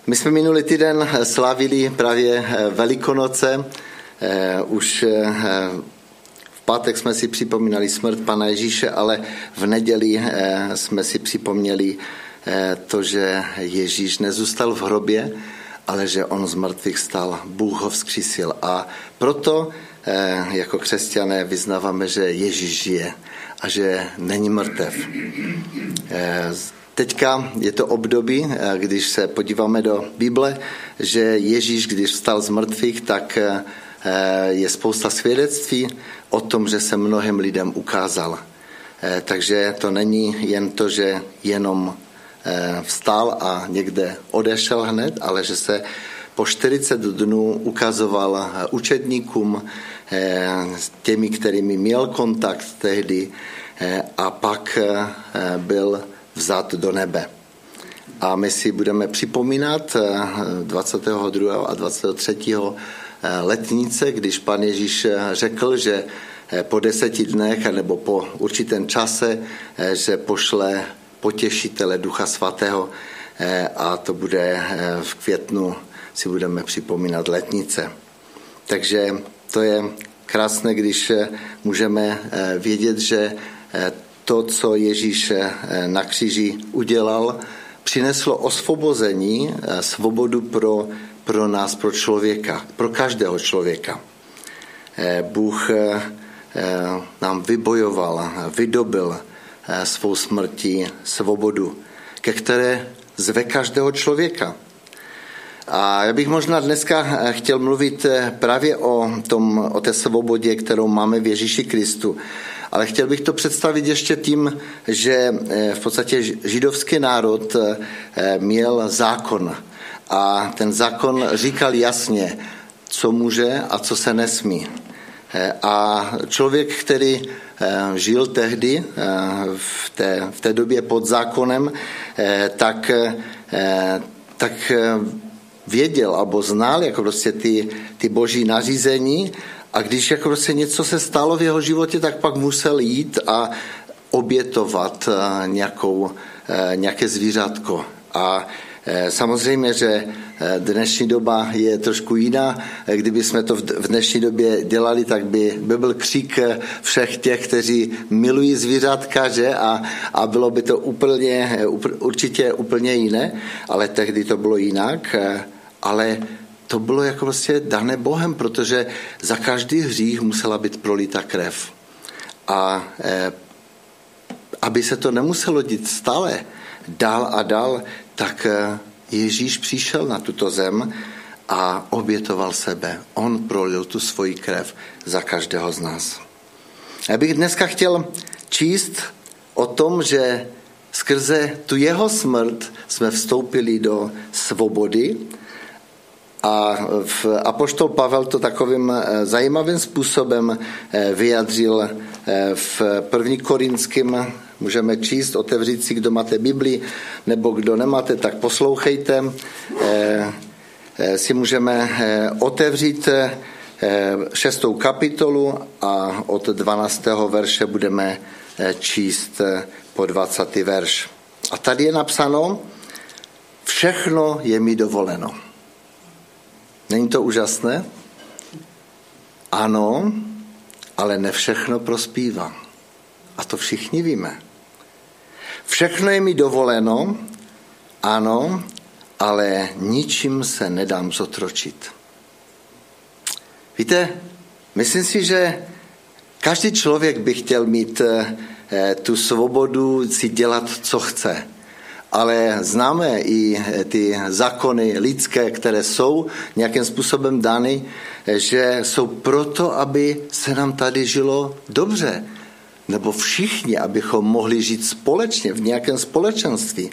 My jsme minulý týden slavili právě Velikonoce. Už v pátek jsme si připomínali smrt Pana Ježíše, ale v neděli jsme si připomněli to, že Ježíš nezůstal v hrobě, ale že on z mrtvých stal, Bůh ho vzkřísil. A proto jako křesťané vyznáváme, že Ježíš žije a že není mrtev. Teďka je to období, když se podíváme do Bible, že Ježíš, když vstal z mrtvých, tak je spousta svědectví o tom, že se mnohým lidem ukázal. Takže to není jen to, že jenom vstal a někde odešel hned, ale že se po 40 dnů ukazoval učedníkům, těmi, kterými měl kontakt tehdy, a pak byl vzat do nebe. A my si budeme připomínat 22. a 23. letnice, když Pan Ježíš řekl, že po 10 dnech nebo po určitém čase, že pošle potěšitele Ducha Svatého, a to bude v květnu, si budeme připomínat letnice. Takže to je krásné, když můžeme vědět, že to, co Ježíš na kříži udělal, přineslo osvobození, svobodu pro nás, pro člověka, pro každého člověka. Bůh nám vybojoval, vydobil svou smrtí svobodu, ke které zve každého člověka. A já bych možná dneska chtěl mluvit právě o té svobodě, kterou máme v Ježíši Kristu. Ale chtěl bych to představit ještě tím, že v podstatě židovský národ měl zákon. A ten zákon říkal jasně, co může a co se nesmí. A člověk, který žil tehdy v té době pod zákonem, tak věděl nebo znal jako prostě ty boží nařízení, a když jako prostě něco se stalo v jeho životě, tak pak musel jít a obětovat nějaké zvířátko. A samozřejmě, že dnešní doba je trošku jiná. Kdyby jsme to v dnešní době dělali, tak by byl křik všech těch, kteří milují zvířátka, že? A bylo by to určitě úplně jiné, ale tehdy to bylo jinak. Ale to bylo jako vlastně dané Bohem, protože za každý hřích musela být prolita krev. A aby se to nemuselo dít stále dál a dál, tak Ježíš přišel na tuto zem a obětoval sebe. On prolil tu svoji krev za každého z nás. Já bych dneska chtěl číst o tom, že skrze tu jeho smrt jsme vstoupili do svobody. A apoštol Pavel to takovým zajímavým způsobem vyjadřil v 1. Korinským. Můžeme číst, otevřít si, kdo máte Bibli, nebo kdo nemáte, tak poslouchejte. Si můžeme otevřít 6. kapitolu a od 12. verše budeme číst po 20. verš. A tady je napsáno, všechno je mi dovoleno. Není to úžasné? Ano, ale ne všechno prospívá. A to všichni víme. Všechno je mi dovoleno, ano, ale ničím se nedám zotročit. Víte, myslím si, že každý člověk by chtěl mít tu svobodu si dělat, co chce. Ale známe i ty zákony lidské, které jsou nějakým způsobem dány, že jsou proto, aby se nám tady žilo dobře. Nebo všichni, abychom mohli žít společně v nějakém společenství.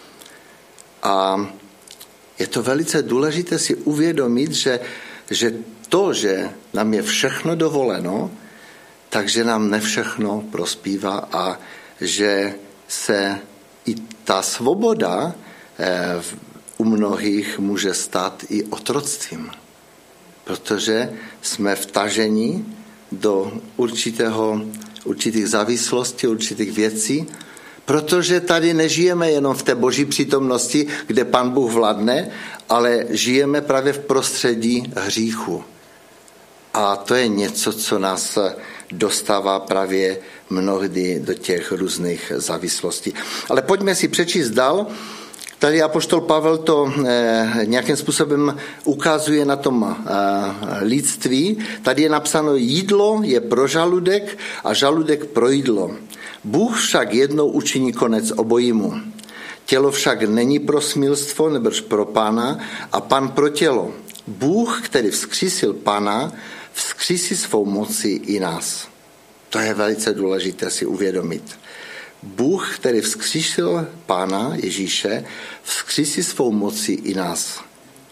A je to velice důležité si uvědomit, že to, že nám je všechno dovoleno, takže nám ne všechno prospívá a že se i ta svoboda u mnohých může stát i otroctvím, protože jsme vtaženi do určitých závislostí, určitých věcí, Protože tady nežijeme jenom v té boží přítomnosti, kde Pán Bůh vládne, ale žijeme právě v prostředí hříchu. A to je něco, co nás dostává právě mnohdy do těch různých závislostí. Ale pojďme si přečíst dál. Tady apoštol Pavel to nějakým způsobem ukazuje na tom lidství. Tady je napsáno, jídlo je pro žaludek a žaludek pro jídlo. Bůh však jednou učiní konec obojímu. Tělo však není pro smilstvo, nebož pro Pána a Pán pro tělo. Bůh, který vzkřísil Pána, vzkřísí svou moci i nás. To je velice důležité si uvědomit. Bůh, který vzkřísil Pána Ježíše, vzkřísí svou moci i nás.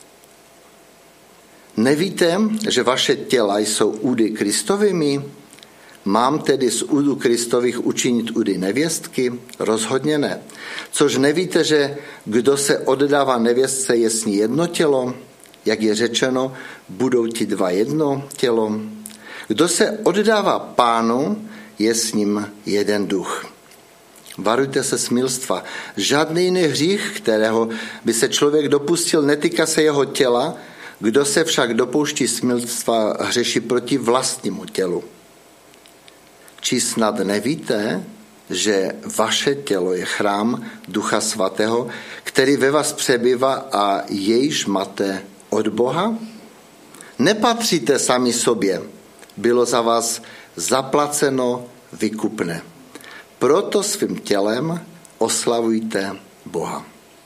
Nevíte, že vaše těla jsou údy Kristovými? Mám tedy z údu Kristových učinit údy nevěstky? Rozhodně ne. Což nevíte, že kdo se oddává nevěstce, je s ní jedno tělo? Jak je řečeno, budou ti dva jedno tělo? Kdo se oddává Pánu, je s ním jeden duch. Varujte se smilstva. Žádný jiný hřích, kterého by se člověk dopustil, netýká se jeho těla. Kdo se však dopouští smilstva, hřeší proti vlastnímu tělu. Či snad nevíte, že vaše tělo je chrám Ducha Svatého, který ve vás přebývá a jejž máte od Boha? Nepatříte sami sobě, bylo za vás zaplaceno výkupné. Proto svým tělem oslavujte Boha.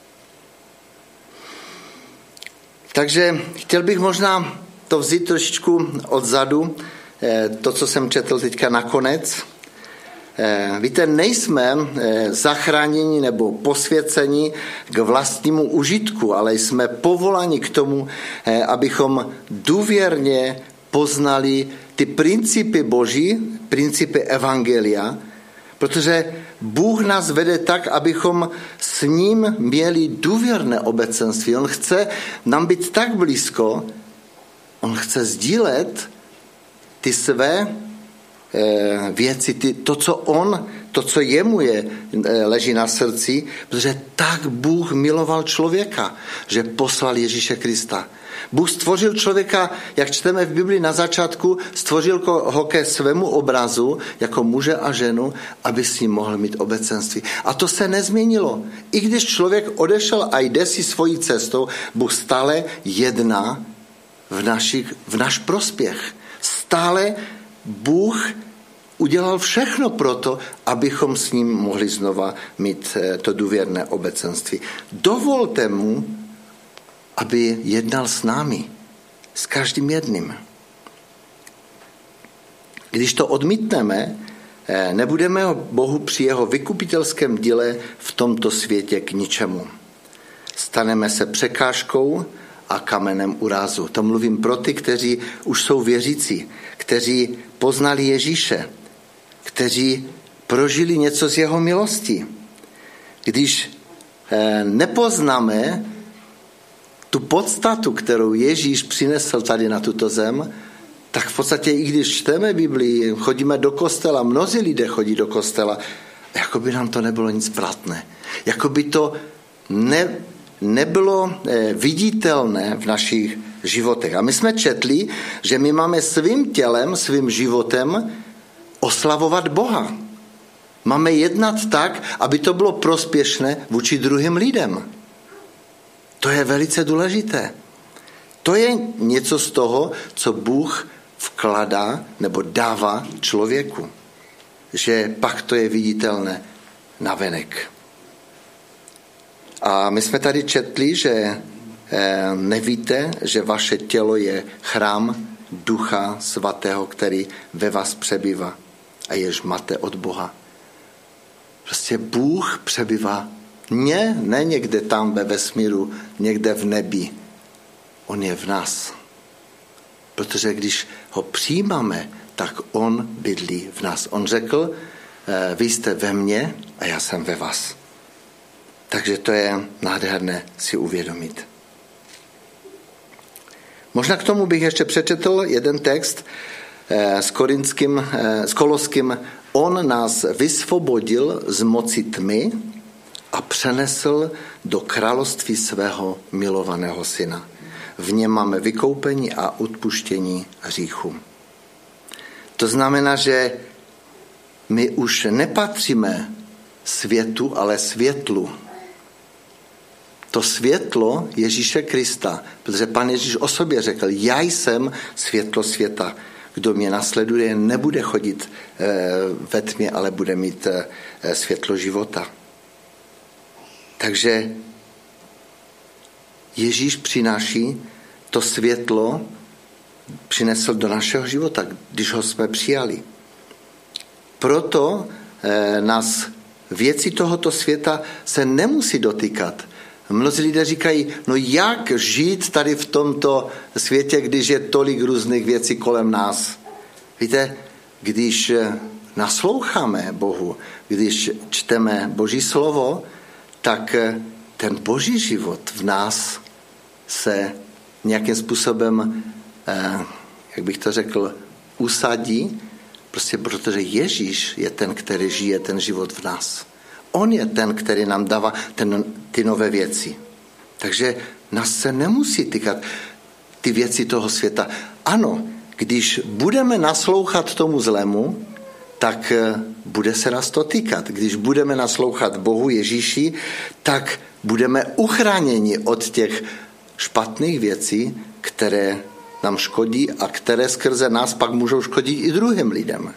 Takže chtěl bych možná to vzít trošičku odzadu, to, co jsem četl teďka nakonec. Víte, nejsme zachráněni nebo posvěceni k vlastnímu užitku, ale jsme povoláni k tomu, abychom důvěrně poznali ty principy Boží, principy evangelia, protože Bůh nás vede tak, abychom s ním měli důvěrné obecenství. On chce nám být tak blízko, on chce sdílet ty své věci, to, co jemu leží na srdci, protože tak Bůh miloval člověka, že poslal Ježíše Krista. Bůh stvořil člověka, jak čteme v Biblii na začátku, stvořil ho ke svému obrazu, jako muže a ženu, aby s ním mohl mít obecenství. A to se nezměnilo. I když člověk odešel a jde si svojí cestou, Bůh stále jedná v náš prospěch. Stále Bůh udělal všechno proto, abychom s ním mohli znova mít to důvěrné obecenství. Dovolte mu, aby jednal s námi, s každým jedním. Když to odmítneme, nebudeme Bohu při jeho vykupitelském díle v tomto světě k ničemu. Staneme se překážkou a kamenem úrazu. To mluvím pro ty, kteří už jsou věřící, kteří poznali Ježíše, kteří prožili něco z jeho milosti. Když nepoznáme tu podstatu, kterou Ježíš přinesl tady na tuto zem, tak v podstatě i když čteme Biblii, chodíme do kostela, mnozí lidé chodí do kostela, jako by nám to nebylo nic platné. Jako by to nebylo viditelné v našich životech. A my jsme četli, že my máme svým tělem, svým životem oslavovat Boha. Máme jednat tak, aby to bylo prospěšné vůči druhým lidem. To je velice důležité. To je něco z toho, co Bůh vkládá nebo dává člověku. Že pak to je viditelné navenek. A my jsme tady četli, že nevíte, že vaše tělo je chrám Ducha Svatého, který ve vás přebývá a jež máte od Boha. Prostě Bůh přebývá ne někde tam ve vesmíru, někde v nebi. On je v nás. Protože když ho přijímáme, tak on bydlí v nás. On řekl, vy jste ve mně a já jsem ve vás. Takže to je nádherné si uvědomit. Možná k tomu bych ještě přečetl jeden text s Koloským On nás vysvobodil z moci tmy a přenesl do království svého milovaného syna. V něm máme vykoupení a odpuštění hříchu. To znamená, že my už nepatříme světu, ale světlu. To světlo Ježíše Krista, protože Pan Ježíš o sobě řekl, já jsem světlo světa. Kdo mě nasleduje, nebude chodit ve tmě, ale bude mít světlo života. Takže Ježíš přináší to světlo, přinesl do našeho života, když ho jsme přijali. Proto nás věci tohoto světa se nemusí dotýkat. Mnozí lidé říkají, no jak žít tady v tomto světě, když je tolik různých věcí kolem nás. Víte, když nasloucháme Bohu, když čteme Boží slovo, tak ten Boží život v nás se nějakým způsobem, jak bych to řekl, usadí, prostě protože Ježíš je ten, který žije ten život v nás. On je ten, který nám dává ty nové věci. Takže nás se nemusí týkat ty věci toho světa. Ano, když budeme naslouchat tomu zlému, tak bude se nás to týkat. Když budeme naslouchat Bohu Ježíši, tak budeme uchráněni od těch špatných věcí, které nám škodí a které skrze nás pak můžou škodit i druhým lidem.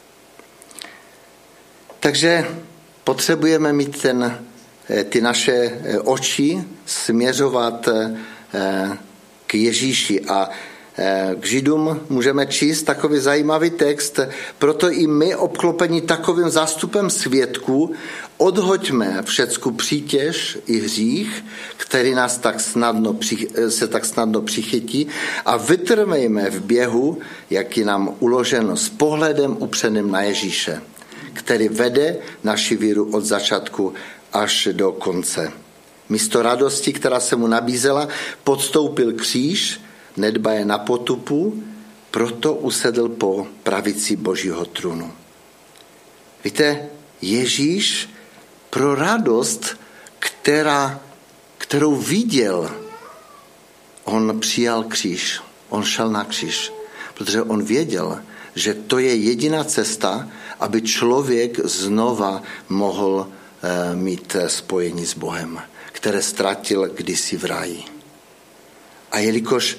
Takže potřebujeme mít ty naše oči směřovat k Ježíši a k Židům můžeme číst takový zajímavý text, proto i my obklopení takovým zástupem svědků odhoďme všecku přítěž i hřích, který nás se tak snadno přichytí a vytrvejme v běhu, jak je nám uloženo s pohledem upřeným na Ježíše, který vede naši víru od začátku až do konce. Místo radosti, která se mu nabízela, podstoupil kříž, nedbaje na potupu, proto usedl po pravici Božího trůnu. Víte, Ježíš pro radost, kterou viděl, on přijal kříž, on šel na kříž, protože on věděl, že to je jediná cesta, aby člověk znova mohl mít spojení s Bohem, které ztratil kdysi v ráji. A jelikož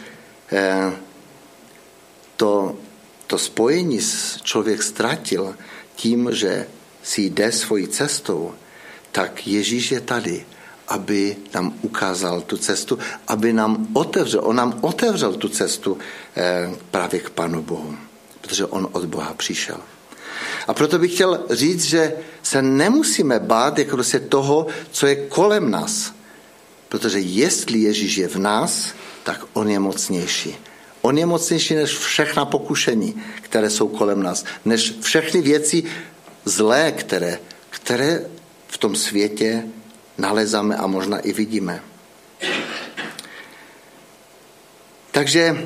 to spojení člověk ztratil tím, že si jde svojí cestou, tak Ježíš je tady, aby nám ukázal tu cestu, aby nám otevřel, on nám otevřel tu cestu právě k Pánu Bohu, protože on od Boha přišel. A proto bych chtěl říct, že se nemusíme bát jako prostě toho, co je kolem nás, protože jestli Ježíš je v nás, tak on je mocnější. On je mocnější než všechna pokušení, které jsou kolem nás, než všechny věci zlé, které v tom světě nalezáme a možná i vidíme. Takže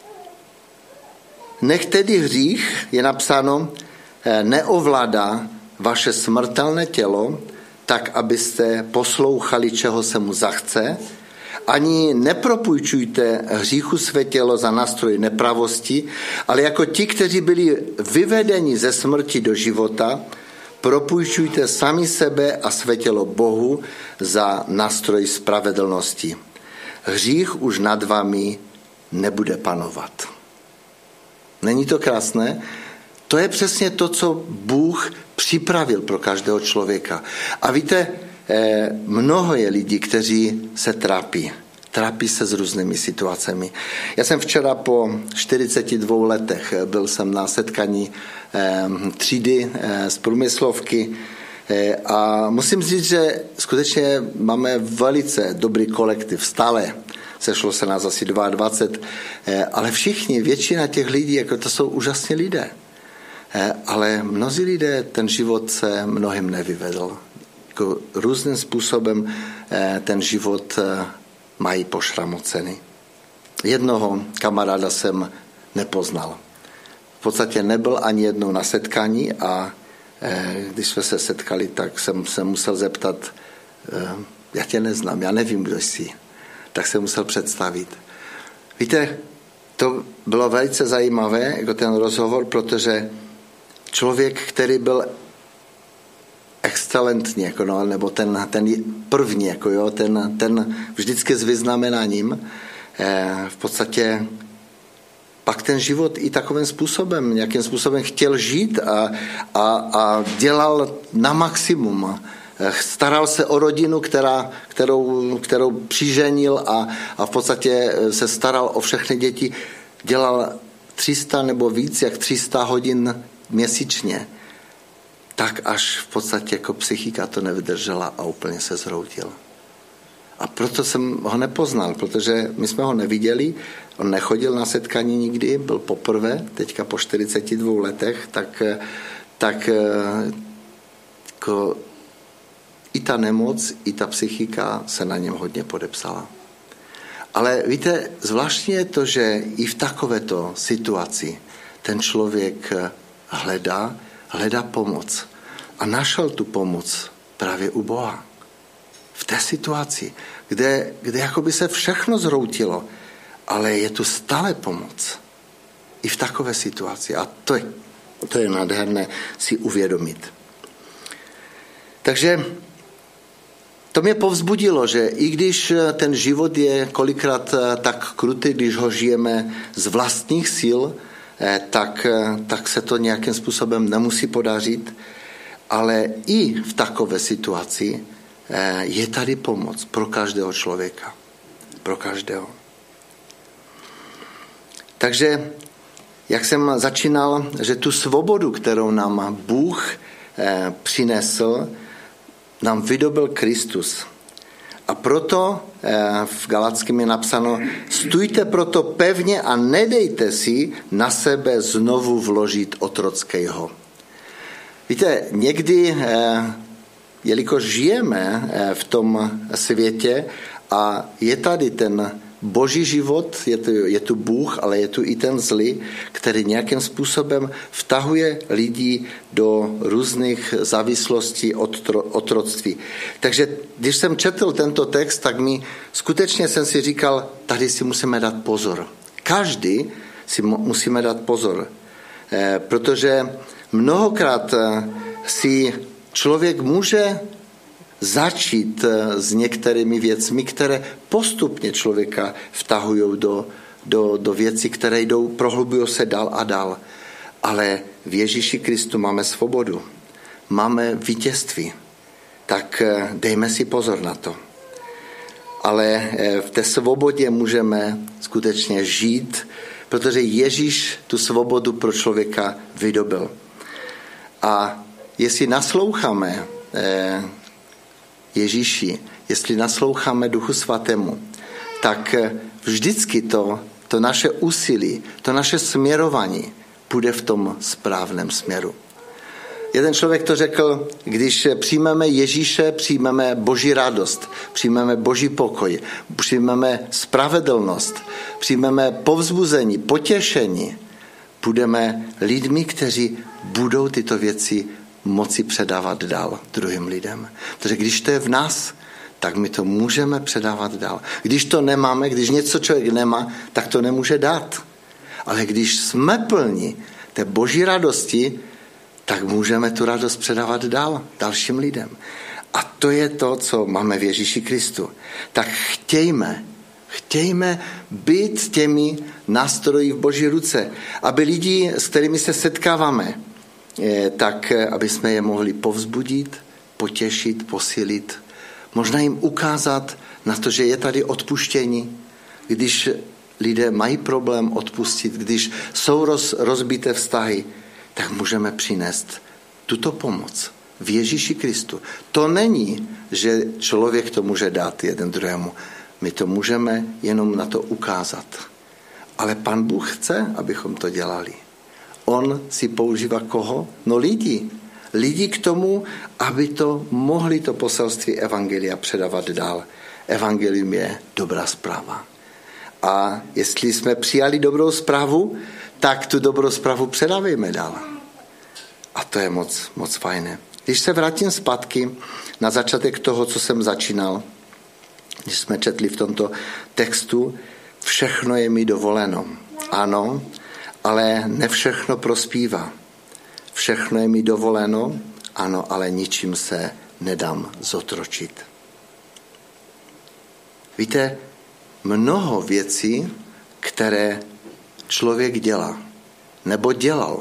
nech tedy hřích, je napsáno, neovládá vaše smrtelné tělo, tak abyste poslouchali, čeho se mu zachce, ani nepropůjčujte hříchu své tělo za nástroj nepravosti, ale jako ti, kteří byli vyvedeni ze smrti do života, propůjčujte sami sebe a své tělo Bohu za nástroj spravedlnosti. Hřích už nad vámi nebude panovat. Není to krásné? To je přesně to, co Bůh připravil pro každého člověka. A víte, mnoho je lidí, kteří se trápí. Trápí se s různými situacemi. Já jsem včera po 42 letech byl jsem na setkání třídy z průmyslovky a musím říct, že skutečně máme velice dobrý kolektiv stále. Sešlo se nás asi 22, ale všichni, většina těch lidí, jako to jsou úžasní lidé. Ale mnozí lidé, ten život se mnohým nevyvedl. Jako různým způsobem ten život mají pošramocený. Jednoho kamaráda jsem nepoznal. V podstatě nebyl ani jednou na setkání a když jsme se setkali, tak jsem se musel zeptat, já tě neznám, já nevím, kdo jsi. Tak jsem musel představit. Víte, to bylo velice zajímavé, jako ten rozhovor, protože člověk, který byl excelentní, jako no, nebo ten první, jako jo, ten vždycky s vyznamenáním, v podstatě pak ten život i takovým způsobem, nějakým způsobem chtěl žít a dělal na maximum. Staral se o rodinu, kterou přiženil a v podstatě se staral o všechny děti. Dělal 300 nebo víc jak 300 hodin měsíčně. Tak až v podstatě jako psychika to nevydržela a úplně se zhroutil. A proto jsem ho nepoznal, protože my jsme ho neviděli, on nechodil na setkání nikdy, byl poprvé, teďka po 42 letech, tak jako i ta nemoc, i ta psychika se na něm hodně podepsala. Ale víte, zvláštně je to, že i v takovéto situaci ten člověk hledá pomoc. A našel tu pomoc právě u Boha. V té situaci, kde jakoby se všechno zhroutilo, ale je tu stále pomoc. I v takové situaci. A to je nádherné si uvědomit. Takže to mě povzbudilo, že i když ten život je kolikrát tak krutý, když ho žijeme z vlastních sil, tak se to nějakým způsobem nemusí podařit, ale i v takové situaci je tady pomoc pro každého člověka. Pro každého. Takže, jak jsem začínal, že tu svobodu, kterou nám Bůh přinesl, nám vydobil Kristus. A proto v Galackém je napsáno, stůjte proto pevně a nedejte si na sebe znovu vložit otrockého. Víte, někdy, jelikož žijeme v tom světě a je tady ten boží život, je tu Bůh, ale je tu i ten zlý, který nějakým způsobem vtahuje lidi do různých závislostí od otroctví. Takže když jsem četl tento text, tak skutečně jsem si říkal, tady si musíme dát pozor. Každý si musíme dát pozor, protože mnohokrát si člověk může začít s některými věcmi, které postupně člověka vtahují do věcí, které prohlubují se dál a dál. Ale v Ježíši Kristu máme svobodu. Máme vítězství. Tak dejme si pozor na to. Ale v té svobodě můžeme skutečně žít, protože Ježíš tu svobodu pro člověka vydobil. A jestli nasloucháme Ježíši, jestli nasloucháme Duchu Svatému, tak vždycky to naše úsilí, to naše směrování půjde v tom správném směru. Jeden člověk to řekl, když přijmeme Ježíše, přijmeme Boží radost, přijmeme Boží pokoj, přijmeme spravedlnost, přijmeme povzbuzení, potěšení, budeme lidmi, kteří budou tyto věci moci předávat dál druhým lidem. Protože když to je v nás, tak my to můžeme předávat dál. Když to nemáme, když něco člověk nemá, tak to nemůže dát. Ale když jsme plní té Boží radosti, tak můžeme tu radost předávat dál dalším lidem. A to je to, co máme v Ježíši Kristu. Tak chtějme být těmi nástroji v Boží ruce, aby lidi, s kterými se setkáváme, tak aby jsme je mohli povzbudit, potěšit, posílit, možná jim ukázat na to, že je tady odpuštění, když lidé mají problém odpustit, když jsou rozbité vztahy, tak můžeme přinést tuto pomoc v Ježíši Kristu. To není, že člověk to může dát jeden druhému. My to můžeme jenom na to ukázat. Ale Pan Bůh chce, abychom to dělali. On si používá koho? No lidi. Lidi k tomu, aby to mohli to poselství evangelia předávat dál. Evangelium je dobrá zpráva. A jestli jsme přijali dobrou zprávu, tak tu dobrou zprávu předávejme dál. A to je moc fajné. Když se vrátím zpátky na začátek toho, co jsem začínal, když jsme četli v tomto textu, všechno je mi dovoleno. Ano, ale ne všechno prospívá. Všechno je mi dovoleno, ano, ale ničím se nedám zotročit. Víte, mnoho věcí, které člověk dělá, nebo dělal,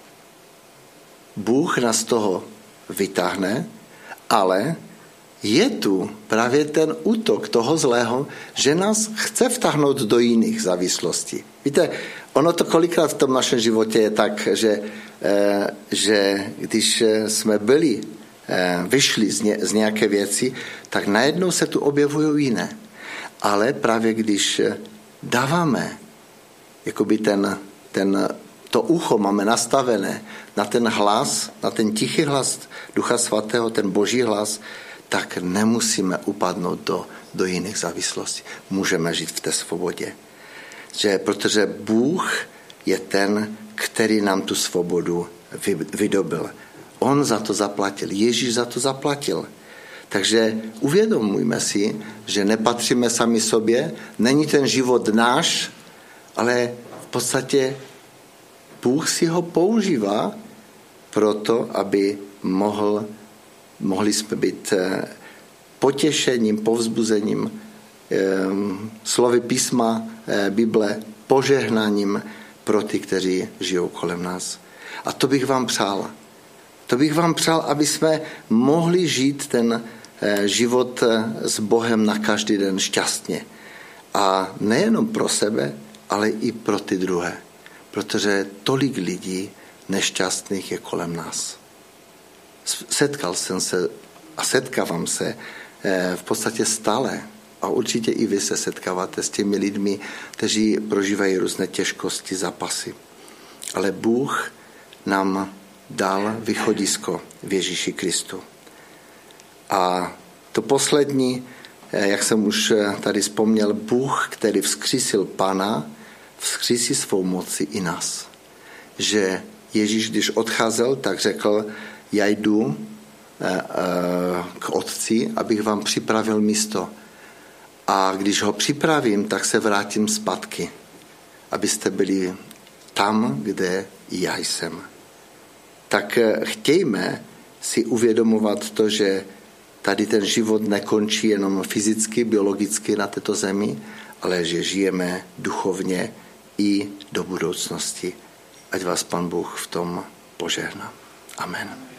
Bůh nás z toho vytáhne, ale je tu právě ten útok toho zlého, že nás chce vtáhnout do jiných závislostí. Víte, ono to kolikrát v tom našem životě je tak, že když jsme vyšli z nějaké věci, tak najednou se tu objevují jiné. Ale právě když dáváme jakoby to ucho máme nastavené na ten hlas, na ten tichý hlas Ducha Svatého, ten Boží hlas, tak nemusíme upadnout do jiných závislostí. Můžeme žít v té svobodě. Protože Bůh je ten, který nám tu svobodu vydobil. On za to zaplatil. Ježíš za to zaplatil. Takže uvědomujme si, že nepatříme sami sobě, není ten život náš, ale v podstatě Bůh si ho používá proto, aby mohli jsme být potěšením, povzbuzením, slovy písma, Bible, požehnáním pro ty, kteří žijou kolem nás. A to bych vám přál. To bych vám přál, aby jsme mohli žít ten život s Bohem na každý den šťastně. A nejenom pro sebe, ale i pro ty druhé. Protože tolik lidí nešťastných je kolem nás. Setkal jsem se a setkávám se v podstatě stále. A určitě i vy se setkáváte s těmi lidmi, kteří prožívají různé těžkosti, zápasy. Ale Bůh nám dal východisko v Ježíši Kristu. A to poslední, jak jsem už tady vzpomněl, Bůh, který vzkřísil Pana, vzkřísí svou moci i nás. Že Ježíš, když odcházel, tak řekl, já jdu k Otci, abych vám připravil místo. A když ho připravím, tak se vrátím zpátky, abyste byli tam, kde já jsem. Tak chtějme si uvědomovat to, že tady ten život nekončí jenom fyzicky, biologicky na této zemi, ale že žijeme duchovně i do budoucnosti. Ať vás Pan Bůh v tom požehná. Amen.